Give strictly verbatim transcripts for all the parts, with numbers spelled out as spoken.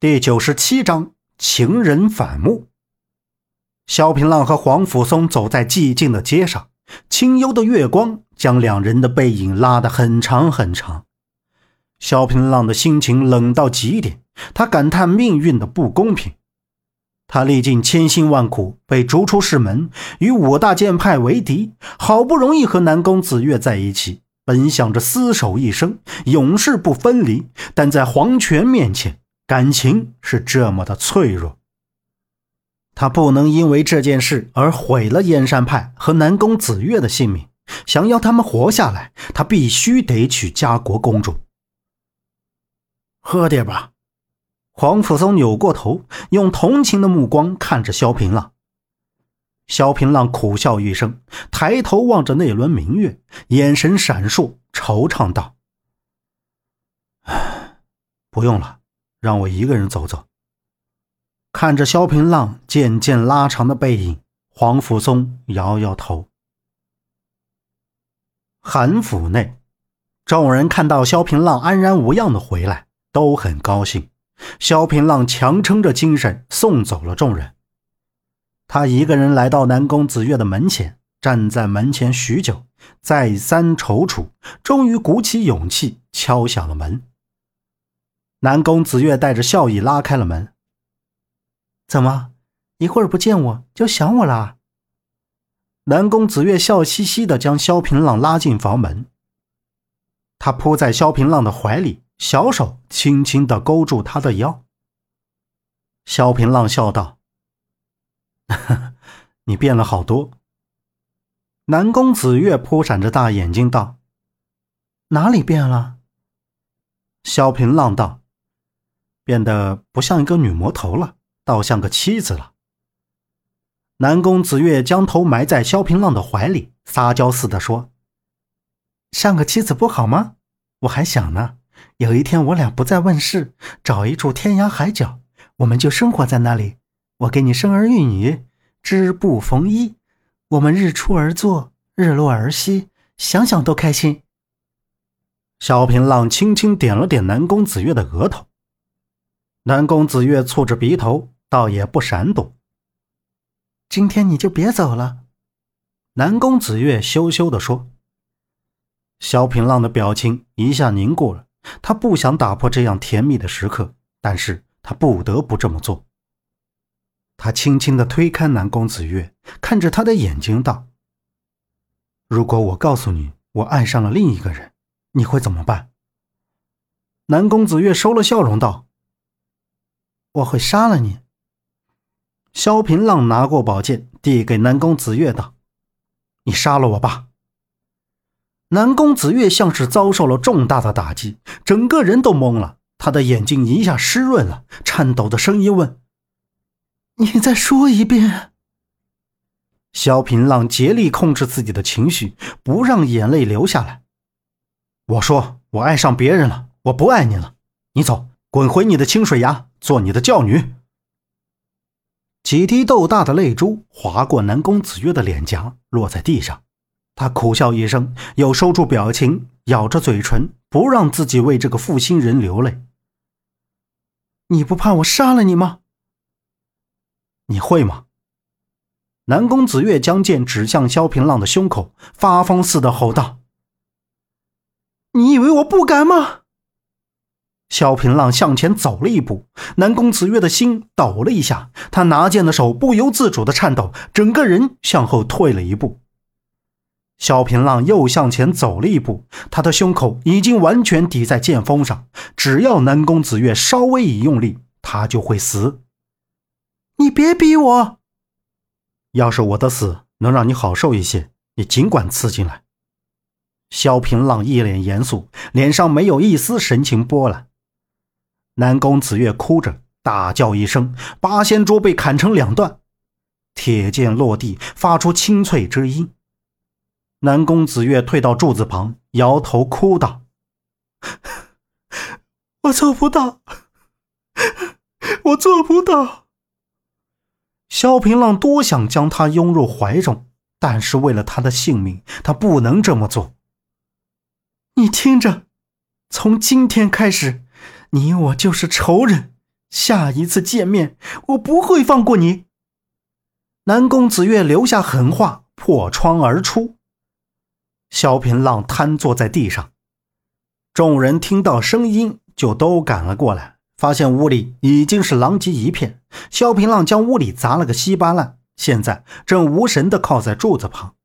第九十七章情人反目。萧平浪和黄甫松走在寂静的街上，清幽的月光将两人的背影拉得很长很长。萧平浪的心情冷到极点，他感叹命运的不公平。他历尽千辛万苦，被逐出师门，与五大剑派为敌，好不容易和南宫子月在一起，本想着厮守一生，永世不分离，但在黄泉面前，感情是这么的脆弱。他不能因为这件事而毁了燕山派和南宫子月的性命，想要他们活下来，他必须得娶家国公主。喝点吧。黄甫松扭过头，用同情的目光看着萧平浪。萧平浪苦笑一声，抬头望着那轮明月，眼神闪烁，惆怅道：不用了，让我一个人走走。看着萧平浪渐渐拉长的背影，黄甫松摇摇头。韩府内，众人看到萧平浪安然无恙的回来，都很高兴。萧平浪强撑着精神送走了众人。他一个人来到南宫子月的门前，站在门前许久，再三踌躇，终于鼓起勇气敲响了门。南宫子月带着笑意拉开了门。怎么，一会儿不见我就想我了？南宫子月笑嘻嘻地将萧平浪拉进房门。他扑在萧平浪的怀里，小手轻轻地勾住他的腰。萧平浪笑道：你变了好多。南宫子月扑闪着大眼睛道：哪里变了？萧平浪道：变得不像一个女魔头了，倒像个妻子了。南宫子月将头埋在萧平浪的怀里，撒娇似的说：像个妻子不好吗？我还想呢，有一天我俩不再问世，找一处天涯海角，我们就生活在那里，我给你生儿育女，织布缝衣，我们日出而作，日落而息，想想都开心。萧平浪轻轻点了点南宫子月的额头。南宫子月蹙着鼻头，倒也不闪躲。今天你就别走了。南宫子月羞羞地说。萧平浪的表情一下凝固了，他不想打破这样甜蜜的时刻，但是他不得不这么做。他轻轻地推开南宫子月，看着他的眼睛道：如果我告诉你我爱上了另一个人，你会怎么办？南宫子月收了笑容道：我会杀了你。萧平浪拿过宝剑递给南宫子月道：你杀了我吧。南宫子月像是遭受了重大的打击，整个人都懵了，他的眼睛一下湿润了，颤抖的声音问：你再说一遍。萧平浪竭力控制自己的情绪，不让眼泪流下来。我说我爱上别人了，我不爱你了，你走，滚回你的清水崖，做你的教女。几滴豆大的泪珠划过南宫子月的脸颊，落在地上。他苦笑一声，又收住表情，咬着嘴唇，不让自己为这个负心人流泪。你不怕我杀了你吗？你会吗？南宫子月将剑指向萧平浪的胸口，发疯似的吼道：你以为我不敢吗？萧平浪向前走了一步，南宫子月的心抖了一下，他拿剑的手不由自主的颤抖，整个人向后退了一步。萧平浪又向前走了一步，他的胸口已经完全抵在剑锋上，只要南宫子月稍微一用力，他就会死。你别逼我。要是我的死能让你好受一些，你尽管刺进来。萧平浪一脸严肃，脸上没有一丝神情波澜。南宫子月哭着大叫一声，八仙桌被砍成两段，铁剑落地，发出清脆之音。南宫子月退到柱子旁，摇头哭道：我做不到，我做不到。萧平浪多想将他拥入怀中，但是为了他的性命，他不能这么做。你听着，从今天开始，你我就是仇人， 下一次见面，我不会放过你。南宫子月留下狠话，破窗而出。萧平浪瘫坐在地上，众人听到声音就都赶了过来，发现屋里已经是狼藉一片。萧平浪将屋里砸了个稀巴烂，现在正无神地靠在柱子旁。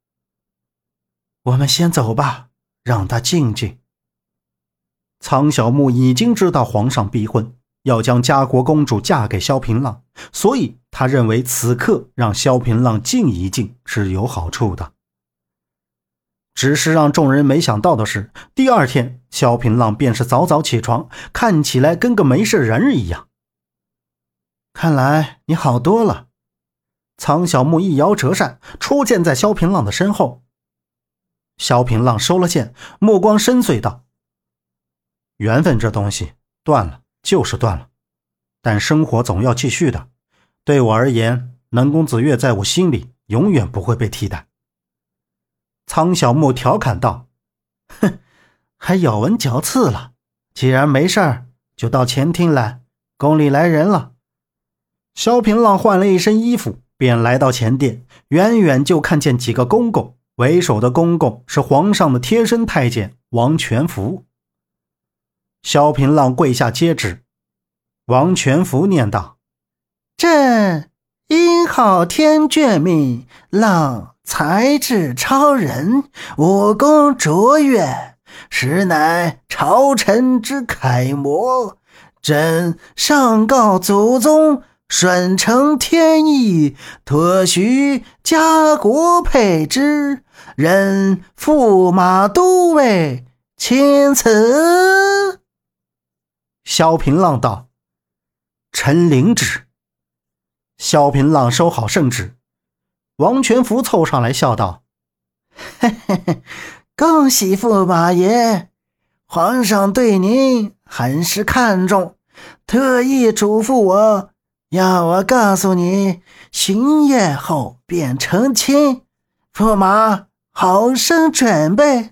我们先走吧，让他静静。苍小木已经知道皇上逼婚，要将家国公主嫁给萧平浪，所以他认为此刻让萧平浪静一静是有好处的。只是让众人没想到的是，第二天萧平浪便是早早起床，看起来跟个没事人一样。看来你好多了。苍小木一摇折扇，出现在萧平浪的身后。萧平浪收了剑，目光深邃道：缘分这东西断了就是断了，但生活总要继续的。对我而言，南宫子月在我心里永远不会被替代。苍小木调侃道：哼，还咬文嚼刺了。既然没事儿，就到前厅来，宫里来人了。萧平浪换了一身衣服，便来到前殿，远远就看见几个公公，为首的公公是皇上的贴身太监王全福。萧平浪跪下接旨，王全福念道：朕因好天眷命，浪才智超人，武功卓越，实乃朝臣之楷模。朕上告祖宗，顺承天意，特许家国配之，任驸马都尉，钦此。萧平浪道：臣领旨。萧平浪收好圣旨。王全福凑上来笑道：嘿嘿嘿，恭喜驸马爷，皇上对您很是看重，特意嘱咐我要我告诉你，巡夜后便成亲，驸马好生准备。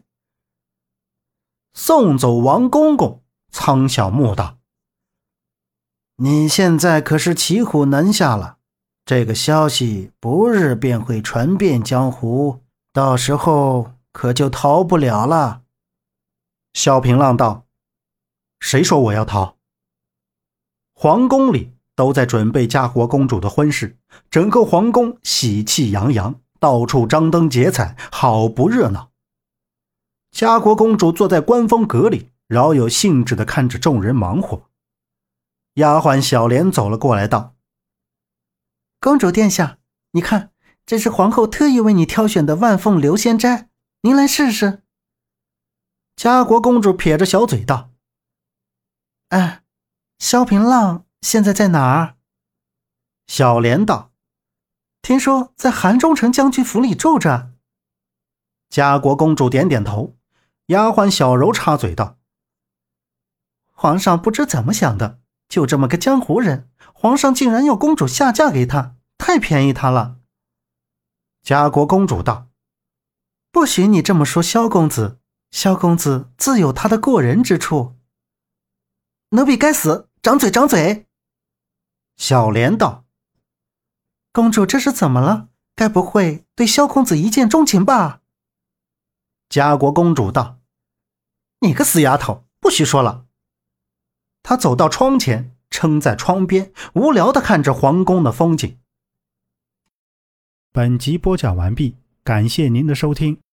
送走王公公，苍小木道：你现在可是骑虎难下了，这个消息不日便会传遍江湖，到时候可就逃不了了。萧平浪道：谁说我要逃？皇宫里都在准备家国公主的婚事，整个皇宫喜气洋洋，到处张灯结彩，好不热闹。家国公主坐在观风阁里，饶有兴致地看着众人忙活。丫鬟小莲走了过来道：公主殿下，你看，这是皇后特意为你挑选的万凤流仙斋，您来试试。家国公主撇着小嘴道：哎，萧平浪现在在哪儿？小莲道：听说在韩中丞将军府里住着。家国公主点点头。丫鬟小柔插嘴道：皇上不知怎么想的，就这么个江湖人，皇上竟然要公主下嫁给他，太便宜他了。家国公主道：不许你这么说萧公子，萧公子自有他的过人之处。奴婢该死，掌嘴掌嘴。小莲道：公主这是怎么了？该不会对萧公子一见钟情吧？家国公主道：你个死丫头，不许说了。她走到窗前，撑在窗边，无聊地看着皇宫的风景。本集播讲完毕，感谢您的收听。